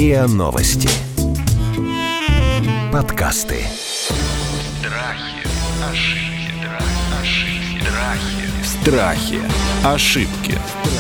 РИА Новости. Подкасты. Страхи. Ошибки.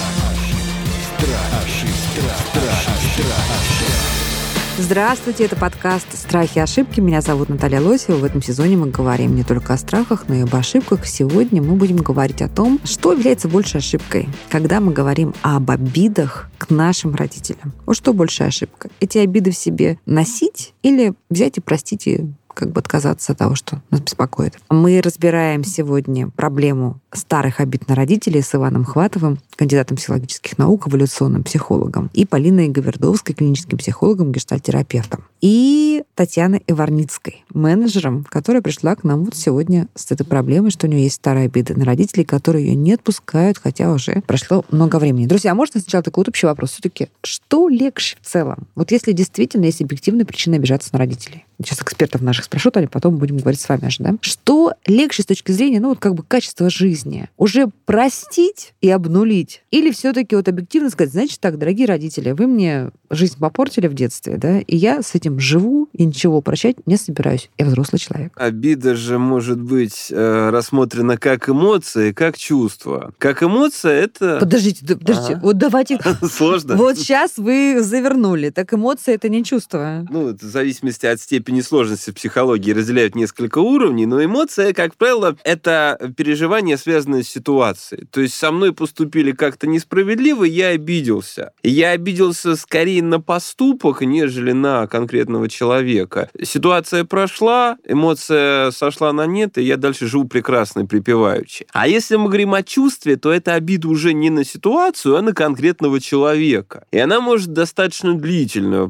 Здравствуйте, это подкаст «Страхи и ошибки». Меня зовут Наталья Лосева. В этом сезоне мы говорим не только о страхах, но и об ошибках. Сегодня мы будем говорить о том, что является большей ошибкой, когда мы говорим об обидах к нашим родителям. Вот что большая ошибка? Эти обиды в себе носить или взять и простить и отказаться от того, что нас беспокоит. Мы разбираем сегодня проблему старых обид на родителей с Иваном Хватовым, кандидатом психологических наук, эволюционным психологом, и Полиной Гавердовской, клиническим психологом, гештальтерапевтом, и Татьяной Иварницкой, менеджером, которая пришла к нам вот сегодня с этой проблемой, что у нее есть старые обиды на родителей, которые ее не отпускают, хотя уже прошло много времени. Друзья, можно сначала такой общий вопрос? Все-таки, что легче в целом? Вот если действительно есть объективная причина обижаться на родителей. Сейчас экспертов наших спрошу, а потом будем говорить с вами же, да? Что легче с точки зрения, качества жизни? Уже простить и обнулить? Или все-таки объективно сказать, значит так, дорогие родители, вы мне жизнь попортили в детстве, да, и я с этим живу, и ничего прощать не собираюсь. Я взрослый человек. Обида же может быть рассмотрена как эмоция, как чувство. Как эмоция это... Подождите, вот давайте... Сложно? Вот сейчас вы завернули. Так эмоция — это не чувство. В зависимости от степени сложности в психологии разделяют несколько уровней, но эмоция, как правило, это переживание, связанное с ситуацией. То есть со мной поступили как-то несправедливо, я обиделся. И я обиделся скорее на поступок, нежели на конкретного человека. Ситуация прошла, эмоция сошла на нет, и я дальше живу прекрасно и припеваючи. А если мы говорим о чувстве, то эта обида уже не на ситуацию, а на конкретного человека. И она может достаточно длительно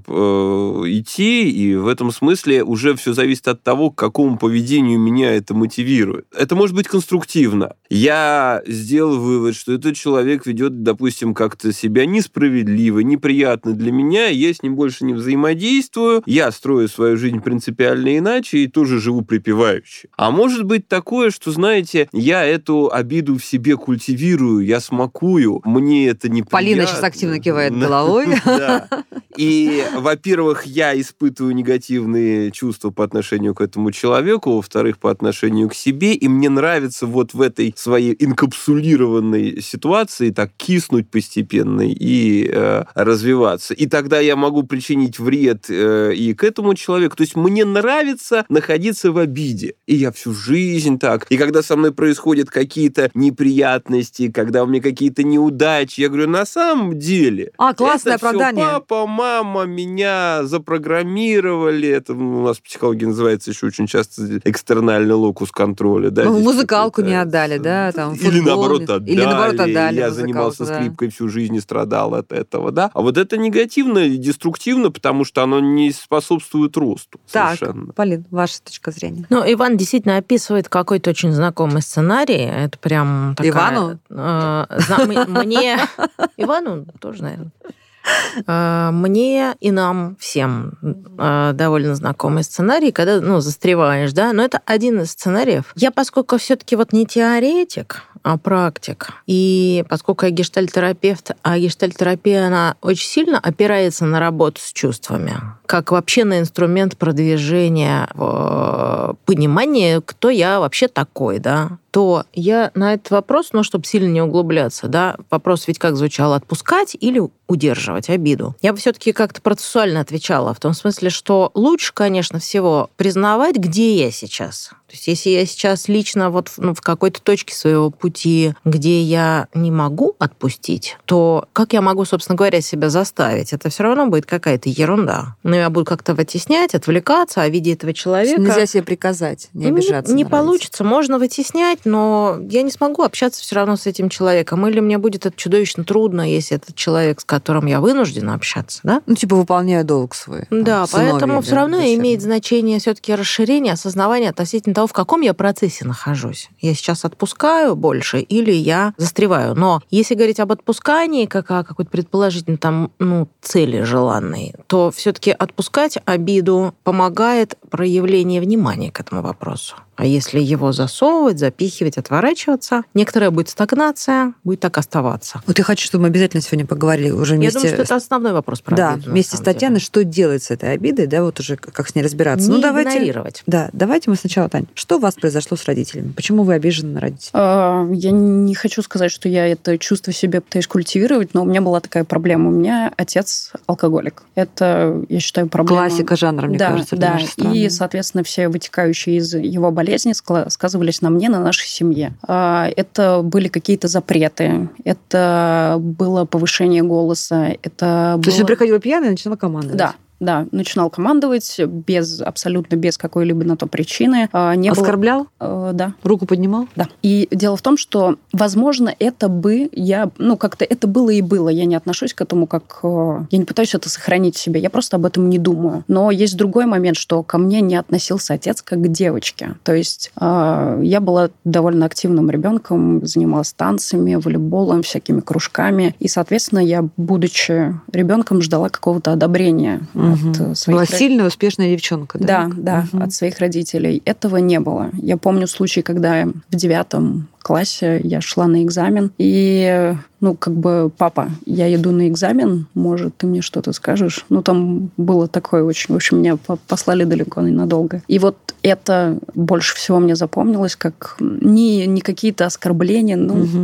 идти, и в этом смысле уже все зависит от того, к какому поведению меня это мотивирует. Это может быть конструктивно. Я сделал вывод, что этот человек ведет, допустим, как-то себя несправедливо, неприятно для меня, я с ним больше не взаимодействую, я строю свою жизнь принципиально иначе и тоже живу припевающе. А может быть такое, что, знаете, я эту обиду в себе культивирую, я смакую, мне это неприятно. Полина сейчас активно кивает головой. Да. И, во-первых, я испытываю негативные чувства по отношению к этому человеку, во-вторых, по отношению к себе, и мне нравится вот в этой своей инкапсулированной ситуации так киснуть постепенно и развиваться. И тогда я могу причинить вред и к этому человеку. То есть мне нравится находиться в обиде. И я всю жизнь так. И когда со мной происходят какие-то неприятности, когда у меня какие-то неудачи, я говорю, на самом деле... классное оправдание. Папа, мама меня запрограммировали. Это у нас в психологии называется еще очень часто экстернальный локус контроля. Да, музыкалку не отдали, да? Там, или наоборот отдали. Я занимался скрипкой всю жизнь и страдал от этого, да? А вот это негативно и деструктивно, потому что оно не способствует росту. Так, совершенно. Полин, ваша точка зрения. Иван действительно описывает какой-то очень знакомый сценарий. Это прям такая... Ивану? Мне... Ивану тоже, наверное. Мне и нам всем довольно знакомый сценарий, когда, застреваешь, да, но это один из сценариев. Я, поскольку все-таки не теоретик, а практик, и поскольку я гештальтерапевт, а гештальтерапия, она очень сильно опирается на работу с чувствами, как вообще на инструмент продвижения понимания, кто я вообще такой, да, то я на этот вопрос, чтобы сильно не углубляться, да, вопрос ведь как звучал, отпускать или удерживать обиду. Я бы все-таки как-то процессуально отвечала, в том смысле, что лучше, конечно, всего признавать, где я сейчас. То есть если я сейчас лично в какой-то точке своего пути, где я не могу отпустить, то как я могу, собственно говоря, себя заставить? Это все равно будет какая-то ерунда. Но я буду как-то вытеснять, отвлекаться о виде этого человека. Нельзя себе приказать, не обижаться. Не получится. Можно вытеснять, но я не смогу общаться все равно с этим человеком. Или мне будет это чудовищно трудно, если этот человек, с которым я вынуждена общаться, да? Выполняю долг свой. Да, поэтому все равно имеет значение все-таки расширение, осознавание относительно того, в каком я процессе нахожусь. Я сейчас отпускаю больше или я застреваю. Но если говорить об отпускании, как о какой-то предположительно цели желанной, то все-таки отпускать обиду помогает проявление внимания к этому вопросу. А если его засовывать, запихивать, отворачиваться, некоторая будет стагнация, будет так оставаться. Вот я хочу, чтобы мы обязательно сегодня поговорили уже вместе... Я думаю, что это основной вопрос про да, обиду. вместе с Татьяной, что делать с этой обидой, да, вот уже как с ней разбираться. Не игнорировать. Да, давайте мы сначала, Тань, что у вас произошло с родителями? Почему вы обижены на родителей? Я не хочу сказать, что я это чувство в себе пытаюсь культивировать, но у меня была такая проблема. У меня отец алкоголик. Это, я считаю, проблема... Классика жанра, мне кажется, для нашей страны. И, соответственно, все вытекающие из его болезни сказывались на мне, на нашей семье. Это были какие-то запреты, это было повышение голоса, это было... То есть он приходил пьяный и начинал командовать? Да, начинал командовать абсолютно без какой-либо на то причины. Оскорблял? Да. Руку поднимал? Да. И дело в том, что, возможно, это было и было. Я не отношусь к этому как... Я не пытаюсь это сохранить в себе, я просто об этом не думаю. Но есть другой момент, что ко мне не относился отец как к девочке. То есть я была довольно активным ребенком, занималась танцами, волейболом, всякими кружками. И, соответственно, я, будучи ребенком, ждала какого-то одобрения. Была сильная, успешная девчонка, да? Да, от своих родителей. Этого не было. Я помню случай, когда в 9 классе я шла на экзамен, и, папа, я иду на экзамен, может, ты мне что-то скажешь? Там было такое очень... В общем, меня послали далеко ненадолго. И вот это больше всего мне запомнилось, как не какие-то оскорбления,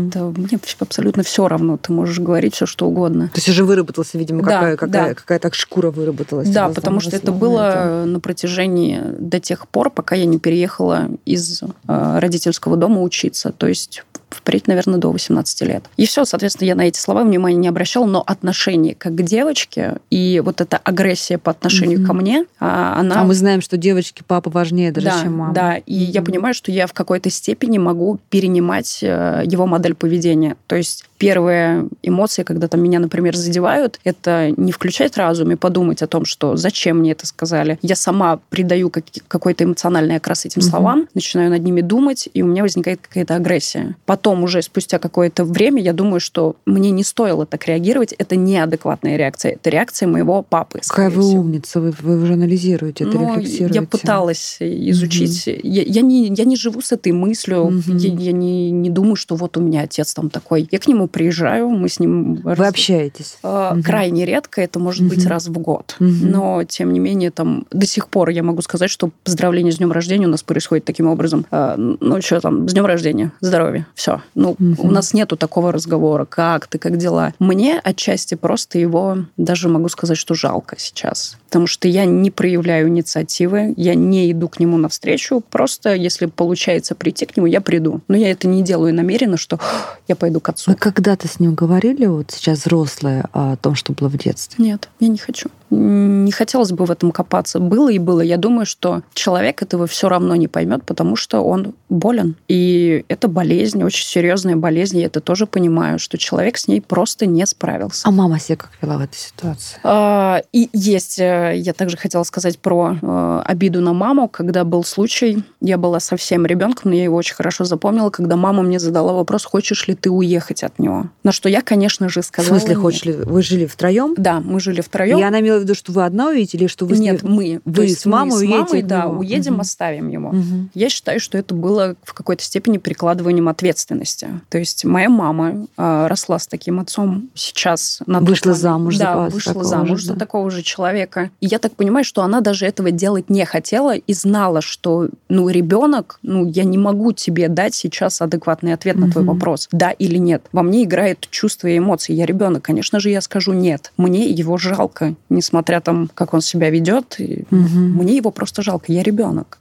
мне абсолютно все равно, ты можешь говорить все что угодно. То есть уже выработался, видимо, какая-то шкура выработалась. Да, потому что это было на протяжении до тех пор, пока я не переехала из родительского дома учиться. То есть впредь, наверное, до 18 лет. И все, соответственно, я на эти слова внимания не обращала, но отношение как к девочке и вот эта агрессия по отношению ко мне, она... А мы знаем, что девочки папа важнее даже, чем мама. Да, и я понимаю, что я в какой-то степени могу перенимать его модель поведения. То есть первые эмоции, когда там меня, например, задевают, это не включать разум и подумать о том, что зачем мне это сказали. Я сама придаю какой-то эмоциональный окрас этим словам, начинаю над ними думать, и у меня возникает какая-то агрессия. Потом уже спустя какое-то время я думаю, что мне не стоило так реагировать. Это неадекватная реакция. Это реакция моего папы. Какая вы умница. Вы уже анализируете это, рефлексируете. Я пыталась изучить. Я не живу с этой мыслью. Я не думаю, что вот у меня отец там такой. Я к нему приезжаю, мы с ним... Вы общаетесь? Крайне редко. Это может быть раз в год. Но, тем не менее, там до сих пор я могу сказать, что поздравление с днем рождения у нас происходит таким образом. Что там, с днем рождения, здоровья. Все. У нас нету такого разговора. Как ты, как дела? Мне отчасти просто его даже могу сказать, что жалко сейчас. Потому что я не проявляю инициативы, я не иду к нему навстречу. Просто, если получается прийти к нему, я приду. Но я это не делаю намеренно, что я пойду к отцу. Вы когда-то с ним говорили, вот сейчас взрослые, о том, что было в детстве? Нет, я не хочу. Не хотелось бы в этом копаться. Было и было. Я думаю, что человек этого все равно не поймет, потому что он болен. И это болезнь, очень серьезная болезнь. Я это тоже понимаю, что человек с ней просто не справился. А мама себя как вела в этой ситуации? И есть, я также хотела сказать про обиду на маму, когда был случай, я была совсем ребенком, но я его очень хорошо запомнила, когда мама мне задала вопрос, хочешь ли ты уехать от него? На что я, конечно же, сказала... В смысле, хочешь ли? Вы жили втроем? Да, мы жили втроем. И она имела в виду, что вы одна уедете, или что вы Нет, мы. Вы с мамой уедете? Да, уедем, оставим его. Я считаю, что это было в какой-то степени перекладыванием ответственности. То есть моя мама росла с таким отцом, сейчас... Вышла замуж за Да, вышла замуж за такого же человека. И я так понимаю, что она даже этого делать не хотела и знала, что, ребенок, я не могу тебе дать сейчас адекватный ответ на твой вопрос, да или нет. Во мне играет чувство и эмоции. Я ребенок, конечно же, я скажу нет. Мне его жалко, несмотря там, как он себя ведет. Мне его просто жалко. Я ребенок.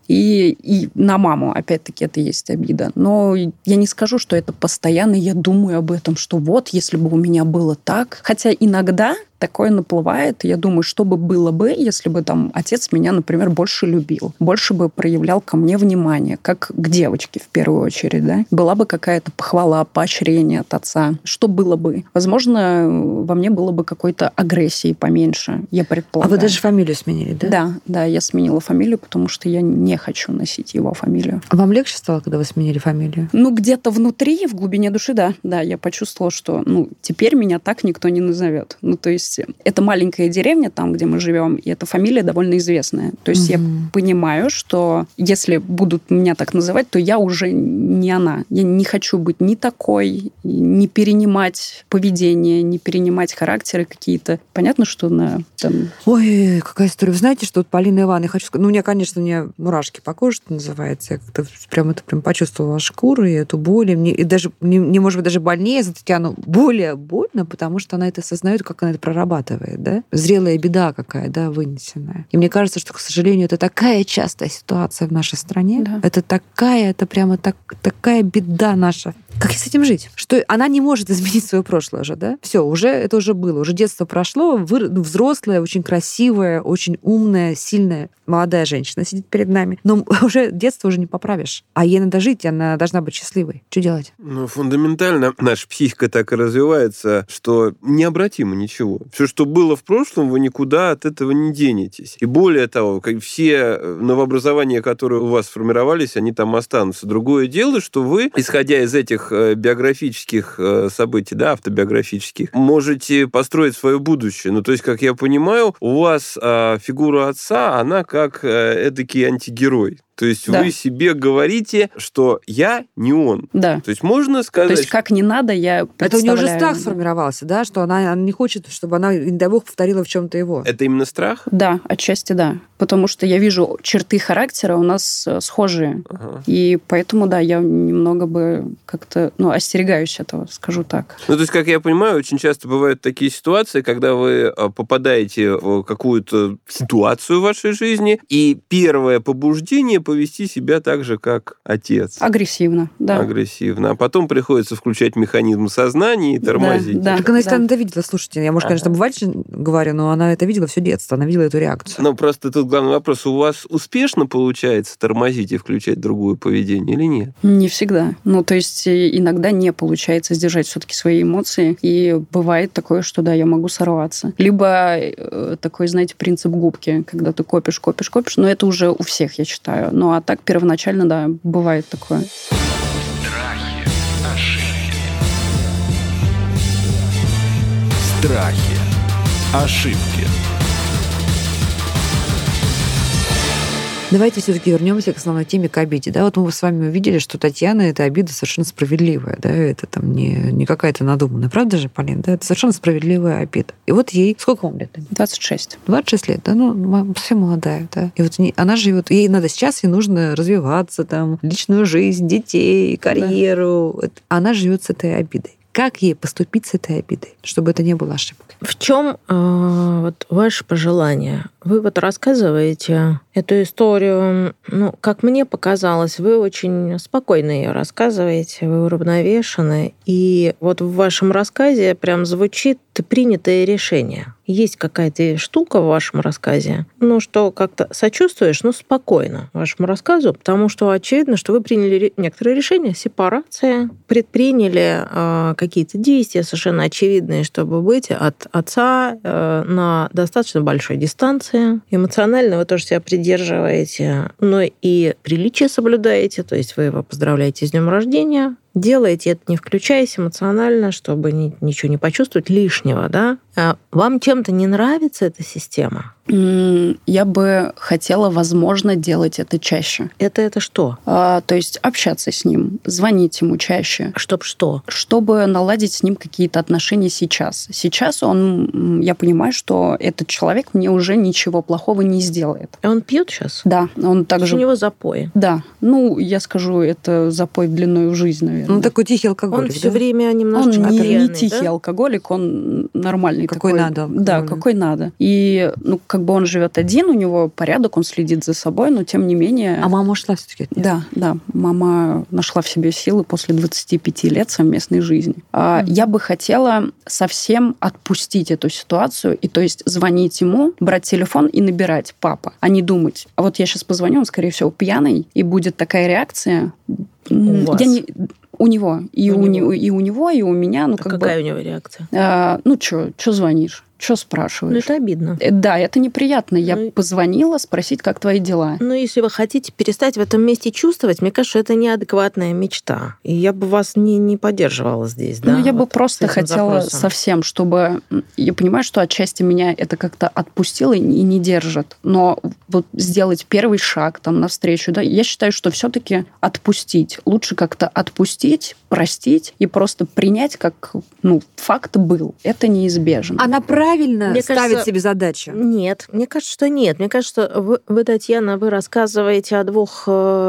И на маму, опять-таки, это есть обида. Но я не скажу, что это постоянно. Я думаю об этом, что вот, если бы у меня было так. Хотя иногда такое наплывает. Я думаю, что бы было бы, если бы там отец меня, например, больше любил, больше бы проявлял ко мне внимание, как к девочке в первую очередь, да? Была бы какая-то похвала, поощрение от отца. Что было бы? Возможно, во мне было бы какой-то агрессии поменьше, я предполагаю. А вы даже фамилию сменили, да? Да, я сменила фамилию, потому что я не хочу носить его фамилию. А вам легче стало, когда вы сменили фамилию? Где-то внутри, в глубине души, да, я почувствовала, что, теперь меня так никто не назовет. То есть есть это маленькая деревня, там, где мы живем, и эта фамилия довольно известная. То есть я понимаю, что если будут меня так называть, то я уже не она. Я не хочу быть ни такой, не перенимать поведение, не перенимать характеры какие-то. Понятно, что на... Там... Ой, какая история. Вы знаете, что вот Полина Ивановна, я хочу сказать, у меня мурашки по коже, что называется. Я как-то прям почувствовала шкуру и эту боль. И даже, не может быть, даже больнее за Татьяну. Более больно, потому что она это осознает, как она это прорабатывает, да? Зрелая беда какая, да, вынесенная. И мне кажется, что, к сожалению, это такая частая ситуация в нашей стране. Да. Это прямо такая беда наша. Как с этим жить? Что она не может изменить свое прошлое же, да? Все, это уже было. Уже детство прошло, взрослая, очень красивая, очень умная, сильная, молодая женщина сидит перед нами. Но уже детство уже не поправишь. А ей надо жить, она должна быть счастливой. Что делать? Фундаментально наша психика так и развивается, что необратимо ничего. Все, что было в прошлом, вы никуда от этого не денетесь. И более того, все новообразования, которые у вас сформировались, они там останутся. Другое дело, что вы, исходя из этих биографических событий, да, автобиографических, можете построить свое будущее. То есть, как я понимаю, у вас фигура отца, она как эдакий антигерой. То есть вы себе говорите, что я не он. Да. То есть можно сказать... То есть как не надо, я представляю. Это у нее уже страх сформировался, да, что она не хочет, чтобы она, не дай бог, повторила в чем-то его. Это именно страх? Да, отчасти да. Потому что я вижу черты характера у нас схожие. Ага. И поэтому, да, я немного бы как-то, остерегаюсь этого, скажу так. То есть, как я понимаю, очень часто бывают такие ситуации, когда вы попадаете в какую-то ситуацию в вашей жизни, и первое побуждение повести себя так же, как отец. Агрессивно, да. Агрессивно. А потом приходится включать механизм сознания и тормозить. Да. Так она это видела, слушайте, я, может, конечно, бывает, говорю, но она это видела все детство, она видела эту реакцию. Просто тут главный вопрос, у вас успешно получается тормозить и включать другое поведение или нет? Не всегда. То есть иногда не получается сдержать все-таки свои эмоции, и бывает такое, что да, я могу сорваться. Либо такой, знаете, принцип губки, когда ты копишь, но это уже у всех, я считаю. А так первоначально, да, бывает такое. Страхи, ошибки. Страхи, ошибки. Давайте все-таки вернемся к основной теме, к обиде. Да, вот мы с вами увидели, что Татьяна, эта обида совершенно справедливая. Да, это там не какая-то надуманная. Правда же, Полин? Да, это совершенно справедливая обида. И вот ей... Сколько вам лет? 26. 26 лет, да? Совсем молодая, да. И вот она живет... Ей надо сейчас, ей нужно развиваться, там, личную жизнь, детей, карьеру. Да. Она живет с этой обидой. Как ей поступить с этой обидой, чтобы это не было ошибкой? В чем ваше пожелание? Вы рассказываете эту историю, как мне показалось, вы очень спокойно ее рассказываете, вы уравновешены, и вот в вашем рассказе прям звучит принятое решение. Есть какая-то штука в вашем рассказе, что как-то сочувствуешь, спокойно вашему рассказу, потому что очевидно, что вы приняли некоторые решения, сепарация, предприняли какие-то действия совершенно очевидные, чтобы быть от отца на достаточно большой дистанции. Эмоционально вы тоже себя придерживаете, но и приличие соблюдаете, то есть вы его поздравляете с днем рождения, делаете это, не включаясь эмоционально, чтобы ничего не почувствовать лишнего, да? А вам чем-то не нравится эта система? Я бы хотела, возможно, делать это чаще. Это что? То есть общаться с ним, звонить ему чаще. Чтоб что? Чтобы наладить с ним какие-то отношения сейчас. Сейчас я понимаю, что этот человек мне уже ничего плохого не сделает. А он пьет сейчас? Да. Он также... У него запои? Да. Я скажу, это запой длиной в жизнь, наверное. Такой тихий алкоголик. Он все время немножечко Он пьяный, не тихий алкоголик, он нормальный. Какой такой. надо. Да, какой надо. И, он живет один, у него порядок, он следит за собой, но тем не менее... А мама ушла все-таки от него? Да. Мама нашла в себе силы после 25 лет совместной жизни. Я бы хотела совсем отпустить эту ситуацию, и то есть звонить ему, брать телефон и набирать папа, а не думать. А вот я сейчас позвоню, он, скорее всего, пьяный, и будет такая реакция. У него. И у него, и у меня. Какая у него реакция? Чё звонишь? Что спрашиваешь? Ну, это обидно. Да, это неприятно. Я позвонила спросить, как твои дела. Но если вы хотите перестать в этом месте чувствовать, мне кажется, это неадекватная мечта. И я бы вас не поддерживала здесь. Да, я бы вот просто хотела запросом. совсем, чтобы... Я понимаю, что отчасти меня это как-то отпустило и не держит. Но вот сделать первый шаг там навстречу, да, я считаю, что все-таки отпустить. Лучше как-то отпустить, простить и просто принять, как факт был. Это неизбежно. Она правильно Мне ставит кажется, себе задачу? Нет, мне кажется, что нет. Мне кажется, вы, Татьяна, вы рассказываете о двух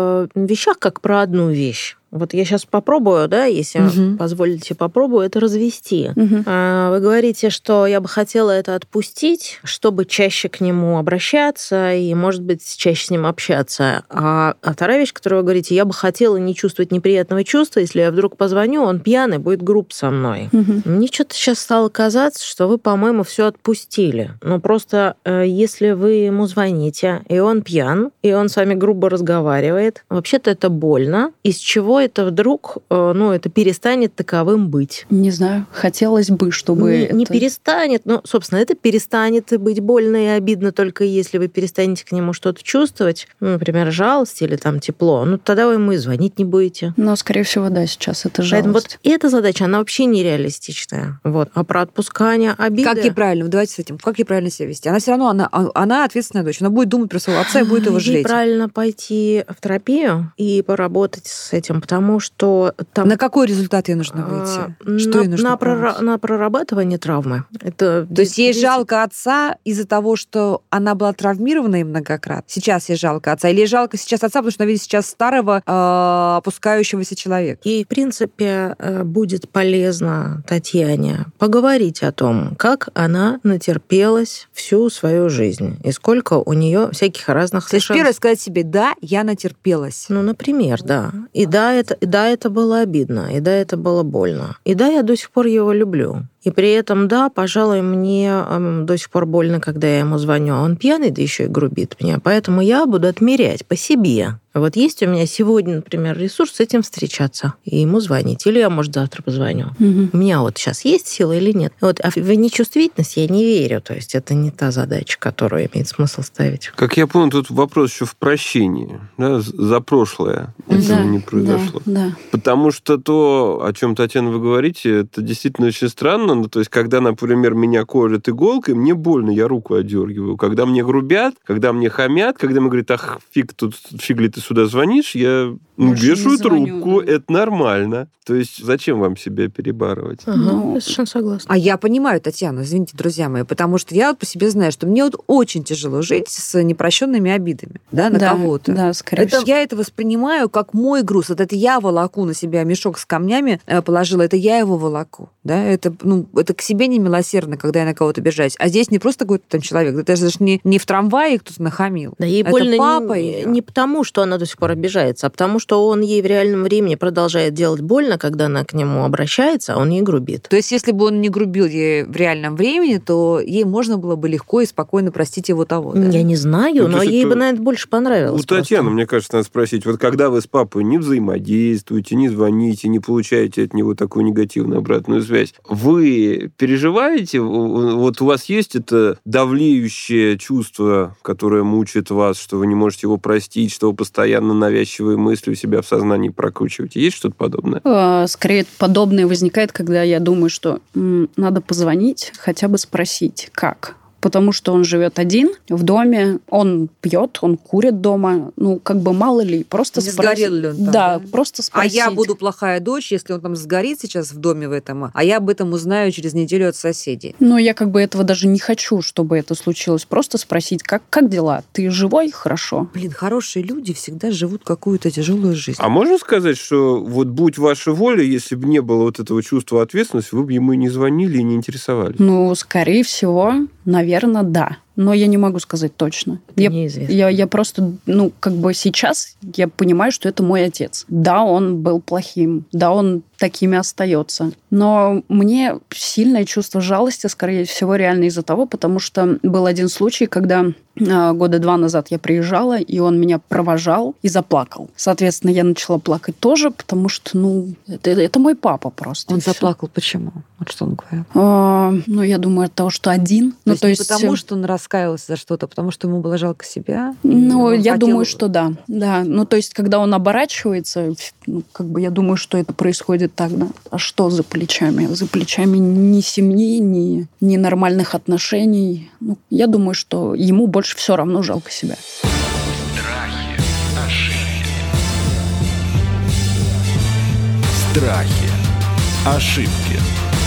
вещах, как про одну вещь. Вот я сейчас попробую, да, если позволите, попробую это развести. Вы говорите, что я бы хотела это отпустить, чтобы чаще к нему обращаться и, может быть, чаще с ним общаться. А вторая вещь, которую вы говорите, я бы хотела не чувствовать неприятного чувства, если я вдруг позвоню, он пьяный, будет груб со мной. Мне что-то сейчас стало казаться, что вы, по-моему, все отпустили. Но просто если вы ему звоните, и он пьян, и он с вами грубо разговаривает, вообще-то это больно. Из чего это вдруг, это перестанет таковым быть? Не знаю, хотелось бы, чтобы не перестанет, но, собственно, это перестанет быть больно и обидно только если вы перестанете к нему что-то чувствовать, например, жалость или там тепло, тогда вы ему и звонить не будете. Но, скорее всего, да, сейчас это жалость. Поэтому вот эта задача, она вообще нереалистичная. Вот. А про отпускание обиды... Как ей правильно, давайте с этим, как ей правильно себя вести? Она все равно, она ответственная дочь, она будет думать про своего отца и будет его жалеть. Ей правильно пойти в терапию и поработать с этим, потому что там... На какой результат ей нужно выйти? Что ей нужно на прорабатывание травмы. То есть ей жалко отца из-за того, что она была травмирована и многократно? Сейчас ей жалко отца? Или ей жалко сейчас отца, потому что она видит сейчас старого, опускающегося человека? Ей, в принципе, будет полезно Татьяне поговорить о том, как она натерпелась всю свою жизнь и сколько у нее всяких разных... То есть первое сказать себе, да, я натерпелась. Например, да. И да, это было обидно, и да, это было больно. И да, я до сих пор его люблю. И при этом, да, пожалуй, мне до сих пор больно, когда я ему звоню, а он пьяный, да еще и грубит мне. Поэтому я буду отмерять по себе. Вот есть у меня сегодня, например, ресурс с этим встречаться и ему звонить. Или я, может, завтра позвоню. У меня вот сейчас есть сила или нет? Вот, а в нечувствительность я не верю. То есть это не та задача, которую имеет смысл ставить. Как я понял, тут вопрос еще в прощении, да, за прошлое, если не произошло. Да. Потому что то, о чем, Татьяна, вы говорите, это действительно очень странно. То есть, когда, например, меня колят иголкой, мне больно, я руку отдергиваю. Когда мне грубят, когда мне хамят, когда мне говорят, ах, фиг ли ты сюда звонишь, я вешаю трубку, да. Это нормально. То есть, зачем вам себя перебарывать? Я совершенно согласна. А я понимаю, Татьяна, извините, друзья мои, потому что я вот по себе знаю, что мне вот очень тяжело жить с непрощенными обидами, да, на кого-то. Да, скорее всего. Я это воспринимаю как мой груз. Вот это я волоку на себя мешок с камнями положила, это я его волоку. Да? Это к себе не милосердно, когда я на кого-то обижаюсь. А здесь не просто какой-то там человек, это даже не в трамвае кто-то нахамил. Да, ей это больно папа не потому, что она до сих пор обижается, а потому, что он ей в реальном времени продолжает делать больно, когда она к нему обращается, а он ей грубит. То есть, если бы он не грубил ей в реальном времени, то ей можно было бы легко и спокойно простить его того. Да? Я не знаю, но ей бы, наверное, больше понравилось. У Татьяны, мне кажется, надо спросить, вот когда вы с папой не взаимодействуете, не звоните, не получаете от него такую негативную обратную связь, вы переживаете? Вот у вас есть это давлеющее чувство, которое мучает вас, что вы не можете его простить, что вы постоянно навязчивые мысли у себя в сознании прокручиваете? Есть что-то подобное? Скорее, подобное возникает, когда я думаю, что надо позвонить, хотя бы спросить, как. Потому что он живет один в доме, он пьет, он курит дома. Мало ли, просто не спросить. Сгорел ли он там, да, просто спросить. А я буду плохая дочь, если он там сгорит сейчас в доме в этом, а я об этом узнаю через неделю от соседей. Я этого даже не хочу, чтобы это случилось. Просто спросить, как дела? Ты живой? Хорошо. Хорошие люди всегда живут какую-то тяжелую жизнь. А можно сказать, что вот будь ваша воля, если бы не было вот этого чувства ответственности, вы бы ему и не звонили, и не интересовались? Скорее всего, наверное, да. но я не могу сказать точно. Неизвестно. Я просто, сейчас я понимаю, что это мой отец. Да, он был плохим, да, он такими остается. Но мне сильное чувство жалости, скорее всего, реально из-за того, потому что был один случай, когда 2 года назад я приезжала, и он меня провожал и заплакал. Соответственно, я начала плакать тоже, потому что, это мой папа просто. Он заплакал почему? Вот что он говорил? Я думаю, от того, что один. То есть не потому, что он раскаялся за что-то, потому что ему было жалко себя? Я думаю, что да. Да. То есть, когда он оборачивается, я думаю, что это происходит так, да. А что за плечами? За плечами ни семьи, ни нормальных отношений. Я думаю, что ему больше все равно жалко себя. Страхи, ошибки. Страхи, ошибки.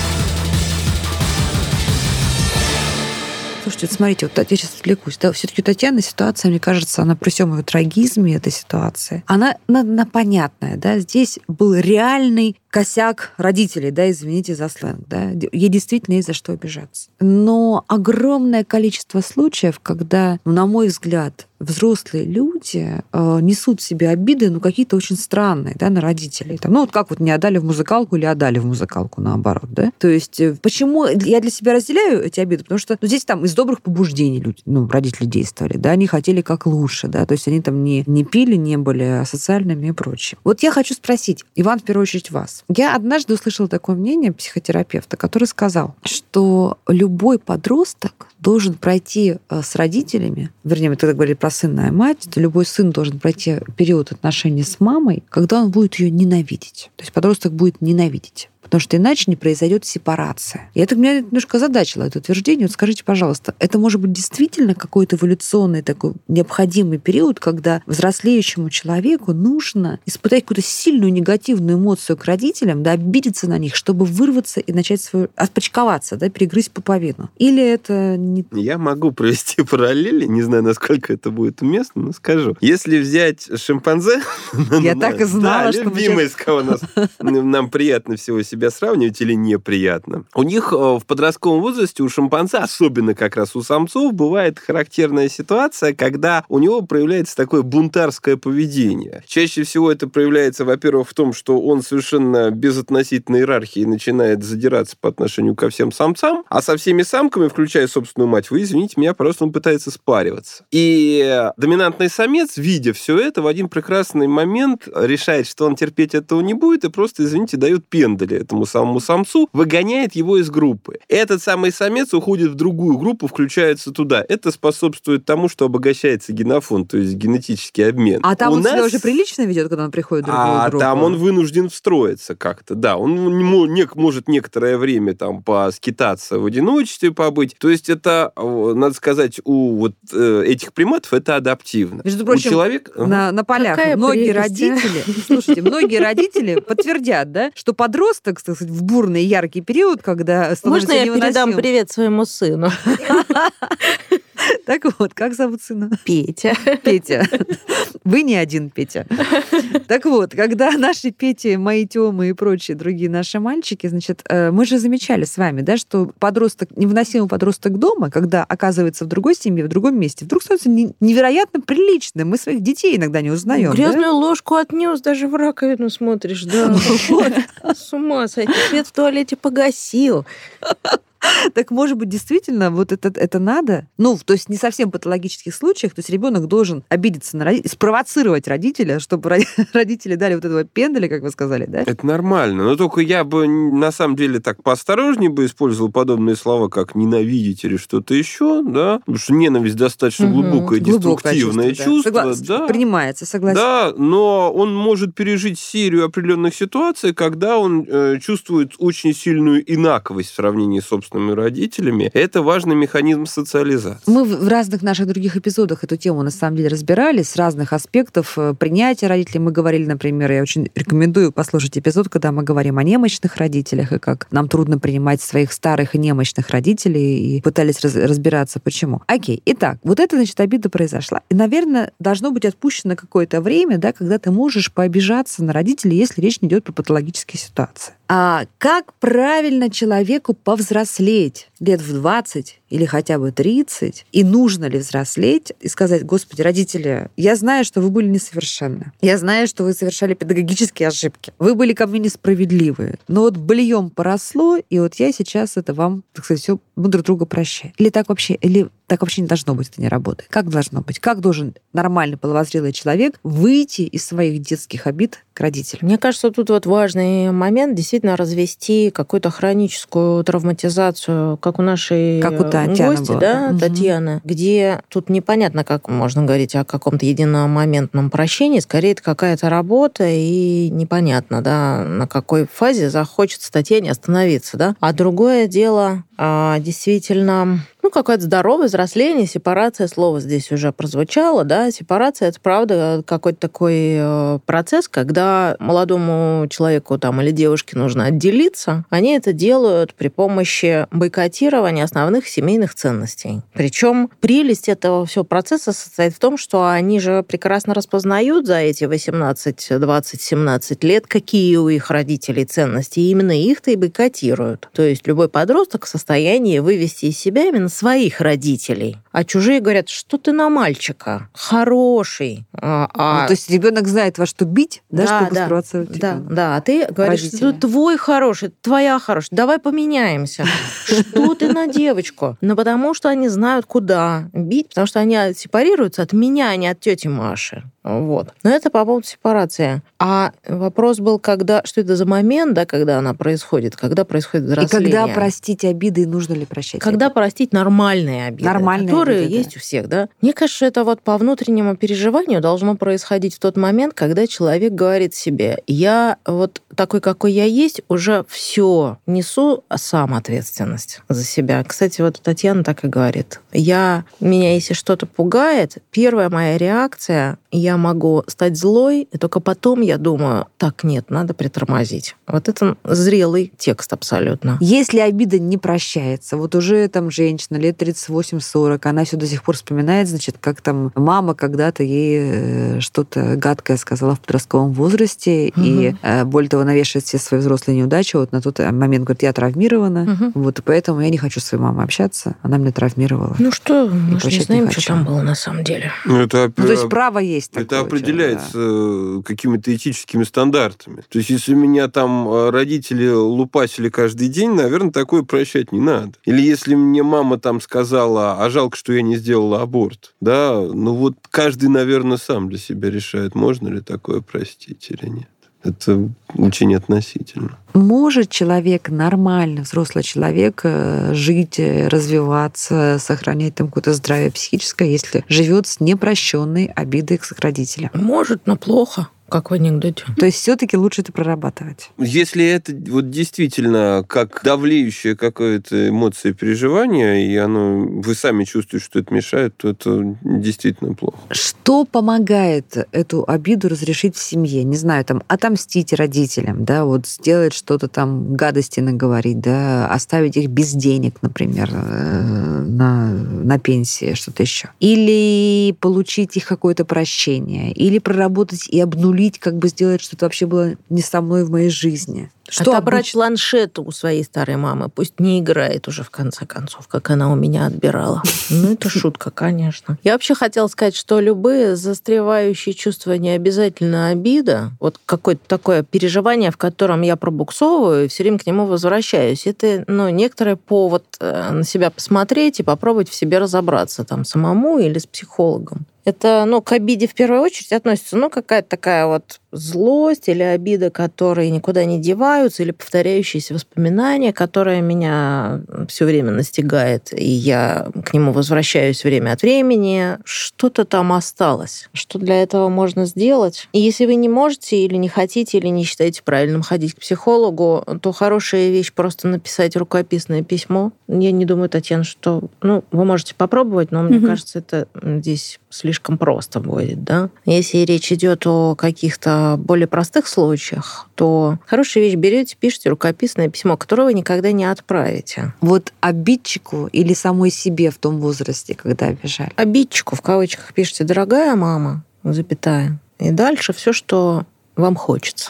Слушайте, смотрите, я сейчас отвлекусь. Да, все-таки у Татьяны ситуация, мне кажется, она при всем ее трагизме этой ситуации, она понятная, да, здесь был реальный косяк родителей, да, извините за сленг, да, ей действительно есть за что обижаться. Но огромное количество случаев, когда, на мой взгляд, взрослые люди несут в себе обиды, какие-то очень странные, да, на родителей. Как не отдали в музыкалку или отдали в музыкалку, наоборот, да. То есть почему я для себя разделяю эти обиды? Потому что здесь из добрых побуждений люди, родители действовали, да, они хотели как лучше, да, то есть они не пили, не были асоциальными и прочее. Вот я хочу спросить, Иван, в первую очередь вас. Я однажды услышала такое мнение психотерапевта, который сказал, что любой подросток должен пройти с родителями, вернее, мы тогда говорили про сына и мать, то любой сын должен пройти период отношений с мамой, когда он будет ее ненавидеть. То есть подросток будет ненавидеть. Потому что иначе не произойдет сепарация. И это меня немножко озадачило, это утверждение. Вот скажите, пожалуйста, это может быть действительно какой-то эволюционный такой необходимый период, когда взрослеющему человеку нужно испытать какую-то сильную негативную эмоцию к родителям, да, обидеться на них, чтобы вырваться и начать отпочковаться, да, перегрызть пуповину? Или это не... Я могу провести параллели, не знаю, насколько это будет уместно, но скажу. Если взять шимпанзе... Я так и знала, что любимый, с кого нам приятно всего себя сравнивать или неприятно. У них в подростковом возрасте, у шимпанзе, особенно как раз у самцов, бывает характерная ситуация, когда у него проявляется такое бунтарское поведение. Чаще всего это проявляется, во-первых, в том, что он совершенно без относительной иерархии начинает задираться по отношению ко всем самцам, а со всеми самками, включая собственную мать, вы извините меня, просто он пытается спариваться. И доминантный самец, видя все это, в один прекрасный момент решает, что он терпеть этого не будет, и просто, извините, дает пендаля этому самому самцу, выгоняет его из группы. Этот самый самец уходит в другую группу, включается туда. Это способствует тому, что обогащается генофонд, то есть генетический обмен. А там он себя уже прилично ведет, когда он приходит в другую группу? А там он вынужден встроиться как-то, да. Он может некоторое время там поскитаться в одиночестве, побыть. То есть это, надо сказать, у этих приматов это адаптивно. Между прочим, на полях многие родители подтвердят, да, что подросток, так сказать, в бурный яркий период, когда становится невыносимым. Можно я передам привет своему сыну? Так вот, как зовут сына? Петя. Петя. Вы не один Петя. Так вот, когда наши Пети, мои Тёмы и прочие другие наши мальчики, значит, мы же замечали с вами, да, что невыносимый подросток дома, когда оказывается в другой семье, в другом месте, вдруг становится невероятно приличным. Мы своих детей иногда не узнаем. Грязную ложку отнес, даже в раковину смотришь, да. С ума сойти. Свет в туалете погасил. Так, может быть, действительно, вот это надо? То есть не совсем в патологических случаях, то есть ребенок должен обидеться на родителя, спровоцировать родителя, чтобы родители дали вот этого пендаля, как вы сказали, да? Это нормально, но только я бы, на самом деле, так поосторожнее бы использовал подобные слова, как ненавидеть или что-то еще, да? Потому что ненависть достаточно глубокое, деструктивное чувство. Да. Принимается, согласен. Да, но он может пережить серию определенных ситуаций, когда он чувствует очень сильную инаковость в сравнении с собственными родителями. Это важный механизм социализации. Мы в разных наших других эпизодах эту тему на самом деле разбирали с разных аспектов принятия родителей. Мы говорили, например, я очень рекомендую послушать эпизод, когда мы говорим о немощных родителях и как нам трудно принимать своих старых и немощных родителей, и пытались разбираться, почему. Окей. Итак, вот эта, значит, обида произошла. И, наверное, должно быть отпущено какое-то время, да, когда ты можешь пообижаться на родителей, если речь не идет про патологические ситуации. А как правильно человеку повзрослеть? лет в 20 или хотя бы 30, и нужно ли взрослеть и сказать: Господи, родители, я знаю, что вы были несовершенны. Я знаю, что вы совершали педагогические ошибки. Вы были ко мне несправедливы. Но вот быльем поросло, и вот я сейчас это вам, так сказать, все мы друг друга прощаем. Или так вообще не должно быть, это не работает. Как должно быть? Как должен нормальный половозрелый человек выйти из своих детских обид к родителям? Мне кажется, тут вот важный момент действительно развести какую-то хроническую травматизацию, как у нашей гости, да, Татьяны, где тут непонятно, как можно говорить о каком-то единомоментном прощении, скорее это какая-то работа, и непонятно, да, на какой фазе захочется Татьяне остановиться, да. А другое дело, действительно, какое-то здоровое взросление, сепарация, слово здесь уже прозвучало, да, сепарация — это, правда, какой-то такой процесс, когда молодому человеку там или девушке нужно отделиться, они это делают при помощи бойкотирования основных семейных ценностей. Причем прелесть этого всего процесса состоит в том, что они же прекрасно распознают за эти 18, 20, 17 лет, какие у их родителей ценности, и именно их-то и бойкотируют. То есть любой подросток в состоянии вывести из себя именно своих родителей. А чужие говорят: что ты на мальчика? Хороший. То есть ребенок знает, во что бить, да, чтобы спровоцировать. Да. А ты говоришь: что твой хороший, твоя хорошая, давай поменяемся. Что ты на девочку? потому что они знают, куда бить, потому что они сепарируются от меня, а не от тети Маши. Вот. Но это по поводу сепарации. А вопрос был, что это за момент, да, когда она происходит, когда происходит взросление. И когда простить обиды, и нужно ли прощать? Когда простить нормальные обиды, которые есть у всех, да. Мне кажется, это вот по внутреннему переживанию должно происходить в тот момент, когда человек говорит себе: я вот такой, какой я есть, уже все несу сам ответственность за себя. Кстати, вот Татьяна так и говорит: меня если что-то пугает, первая моя реакция — я могу стать злой, и только потом я думаю: так, нет, надо притормозить. Вот это зрелый текст абсолютно. Если обида не прощается, вот уже там женщина лет 38-40, она все до сих пор вспоминает, значит, как там мама когда-то ей что-то гадкое сказала в подростковом возрасте, и более того, навешивает все свои взрослые неудачи. Вот на тот момент говорит: я травмирована, вот, и поэтому я не хочу с своей мамой общаться, она меня травмировала. Мы же не знаем, что там было на самом деле. То есть право есть. Это определяется какими-то этическими стандартами. То есть, если меня там родители лупасили каждый день, наверное, такое прощать не надо. Или если мне мама там сказала: а жалко, что я не сделала аборт. Да, вот каждый, наверное, сам для себя решает, можно ли такое простить или нет. Это очень относительно. Может человек, нормальный взрослый человек, жить, развиваться, сохранять там какое-то здравие психическое, если живет с непрощенной обидой к родителям? Может, но плохо. Как в анекдоте. То есть все-таки лучше это прорабатывать. Если это вот действительно как давлеющая какая-то эмоция, переживание, и вы сами чувствуете, что это мешает, то это действительно плохо. Что помогает эту обиду разрешить в семье? Не знаю, там, отомстить родителям, да, вот сделать что-то там, гадости наговорить, да, оставить их без денег, например, на пенсии, что-то еще. Или получить их какое-то прощение, или проработать и обнулить, как бы сделать, что это вообще было не со мной в моей жизни. Отобрать планшет у своей старой мамы. Пусть не играет уже, в конце концов, как она у меня отбирала. Это шутка, конечно. Я вообще хотела сказать, что любые застревающие чувства, не обязательно обида, вот какое-то такое переживание, в котором я пробуксовываю и все время к нему возвращаюсь. Это, некоторый повод на себя посмотреть и попробовать в себе разобраться там самому или с психологом. Это, к обиде в первую очередь относится, какая-то такая вот злость или обида, которые никуда не деваются, или повторяющиеся воспоминания, которые меня все время настигает, и я к нему возвращаюсь время от времени. Что-то там осталось. Что для этого можно сделать? И если вы не можете или не хотите, или не считаете правильным ходить к психологу, то хорошая вещь просто написать рукописное письмо. Я не думаю, Татьяна, что... вы можете попробовать, но мне кажется, это здесь слишком просто будет, да? Если речь идет о каких-то более простых случаях, то хорошая вещь: берете, пишите рукописное письмо, которое вы никогда не отправите. Вот обидчику или самой себе в том возрасте, когда обижали? Обидчику, в кавычках, пишите: дорогая мама, запятая. И дальше все, что вам хочется.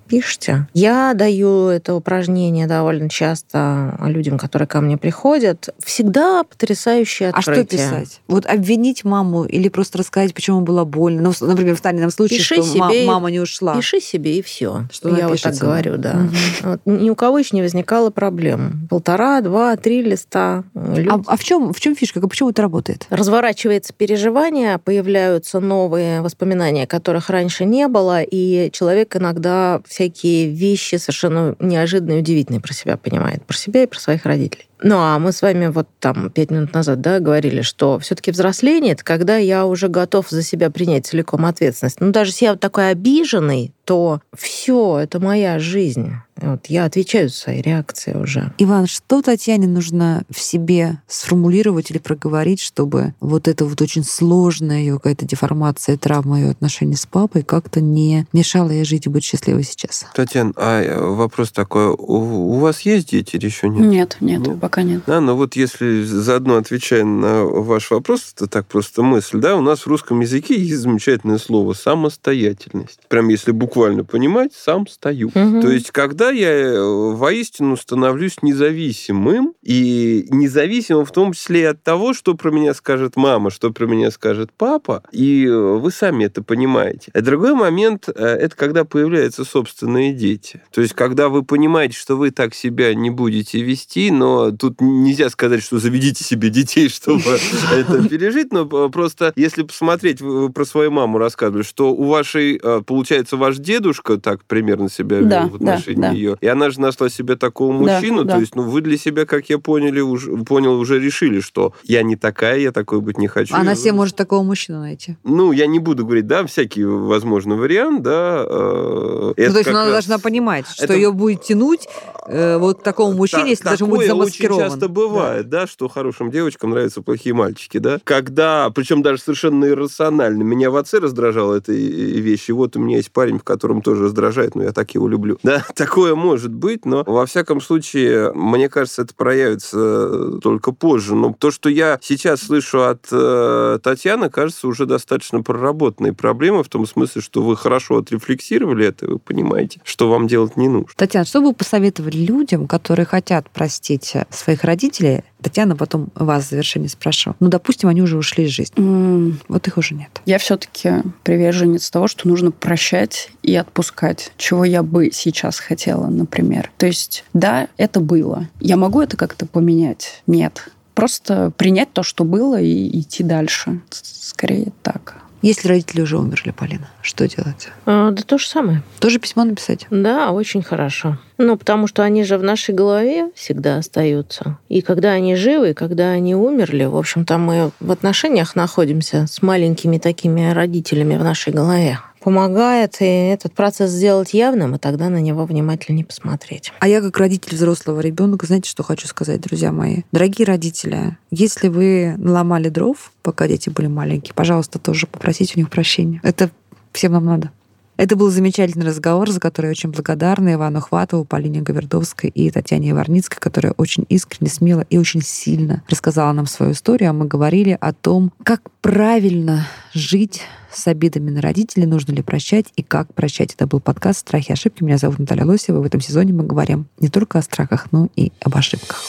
Пишите. Я даю это упражнение довольно часто людям, которые ко мне приходят. Всегда потрясающее открытие. А что писать? Вот обвинить маму или просто рассказать, почему было больно? Ну, например, в Танином случае, Пиши что себе, мама не ушла. Пиши себе, и все. Что я вот так говорю, да. Вот, ни у кого еще не возникало проблем. 1,5, 2, 3 листа. А в чем фишка? Почему это работает? Разворачивается переживание, появляются новые воспоминания, которых раньше не было, и человек иногда всякие вещи совершенно неожиданные, удивительные про себя понимает. Про себя и про своих родителей. Ну, а мы с вами вот там 5 минут назад, да, говорили, что все-таки взросление — это когда я уже готов за себя принять целиком ответственность. Ну, даже если я вот такой обиженный, то все, это моя жизнь. Вот я отвечаю за свои реакции уже. Иван, что Татьяне нужно в себе сформулировать или проговорить, чтобы вот эта вот очень сложная ее какая-то деформация, травма ее отношений с папой как-то не мешала ей жить и быть счастливой сейчас? Татьяна, а вопрос такой, у вас есть дети или еще нет? Нет, пока нет. Да, но вот если заодно отвечая на ваш вопрос, это так просто мысль, да, у нас в русском языке есть замечательное слово «самостоятельность». Прям если буквально понимать, сам стою. То есть, когда я воистину становлюсь независимым, и независимым в том числе и от того, что про меня скажет мама, что про меня скажет папа, и вы сами это понимаете. А другой момент — это когда появляются собственные дети. То есть, когда вы понимаете, что вы так себя не будете вести, но тут нельзя сказать, что заведите себе детей, чтобы это пережить, но просто если посмотреть, вы про свою маму рассказывали, что у вашей, получается, ваш дедушка так примерно себя вел в отношении ее, и она же нашла себе такого мужчину, то есть, вы для себя, как я понял, уже решили, что я не такая, я такой быть не хочу. Она себе может такого мужчину найти. Ну, я не буду говорить, да, всякий возможный вариант, да. То есть она должна понимать, что ее будет тянуть вот к такому мужчине, если даже будет замаскирован. Очень часто бывает, да, что хорошим девочкам нравятся плохие мальчики, да. Когда, причем даже совершенно иррационально, меня в отце раздражала эта вещь, и вот у меня есть парень, в котором тоже раздражает, но я так его люблю. Да, такое может быть, но во всяком случае, мне кажется, это проявится только позже. Но то, что я сейчас слышу от Татьяны, кажется, уже достаточно проработанной проблемой, в том смысле, что вы хорошо отрефлексировали это, вы понимаете, что вам делать не нужно. Татьяна, что бы вы посоветовали людям, которые хотят простить своих родителей? Татьяна, потом вас в завершении спрошу. Ну, допустим, они уже ушли из жизни. Вот их уже нет. Я все-таки приверженец того, что нужно прощать и отпускать, чего я бы сейчас хотела, например. То есть, да, это было. Я могу это как-то поменять? Нет. Просто принять то, что было, и идти дальше. Скорее так. Если родители уже умерли, Полина, что делать? Да то же самое. Тоже письмо написать? Да, очень хорошо. Ну, потому что они же в нашей голове всегда остаются. И когда они живы, и когда они умерли, в общем-то, мы в отношениях находимся с маленькими такими родителями в нашей голове. Помогает и этот процесс сделать явным, и тогда на него внимательнее посмотреть. А я, как родитель взрослого ребенка, знаете, что хочу сказать, друзья мои? Дорогие родители, если вы наломали дров, пока дети были маленькие, пожалуйста, тоже попросите у них прощения. Это всем нам надо. Это был замечательный разговор, за который я очень благодарна Ивану Хватову, Полине Гавердовской и Татьяне Иварницкой, которая очень искренне, смело и очень сильно рассказала нам свою историю. А мы говорили о том, как правильно жить с обидами на родителей, нужно ли прощать и как прощать. Это был подкаст «Страхи и ошибки». Меня зовут Наталья Лосева. В этом сезоне мы говорим не только о страхах, но и об ошибках.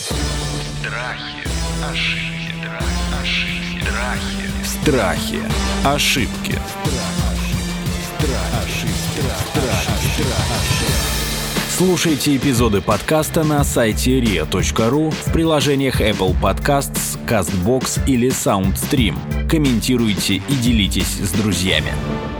Страхи, ошибки. Слушайте эпизоды подкаста на сайте ria.ru, в приложениях Apple Podcasts, CastBox или SoundStream. Комментируйте и делитесь с друзьями.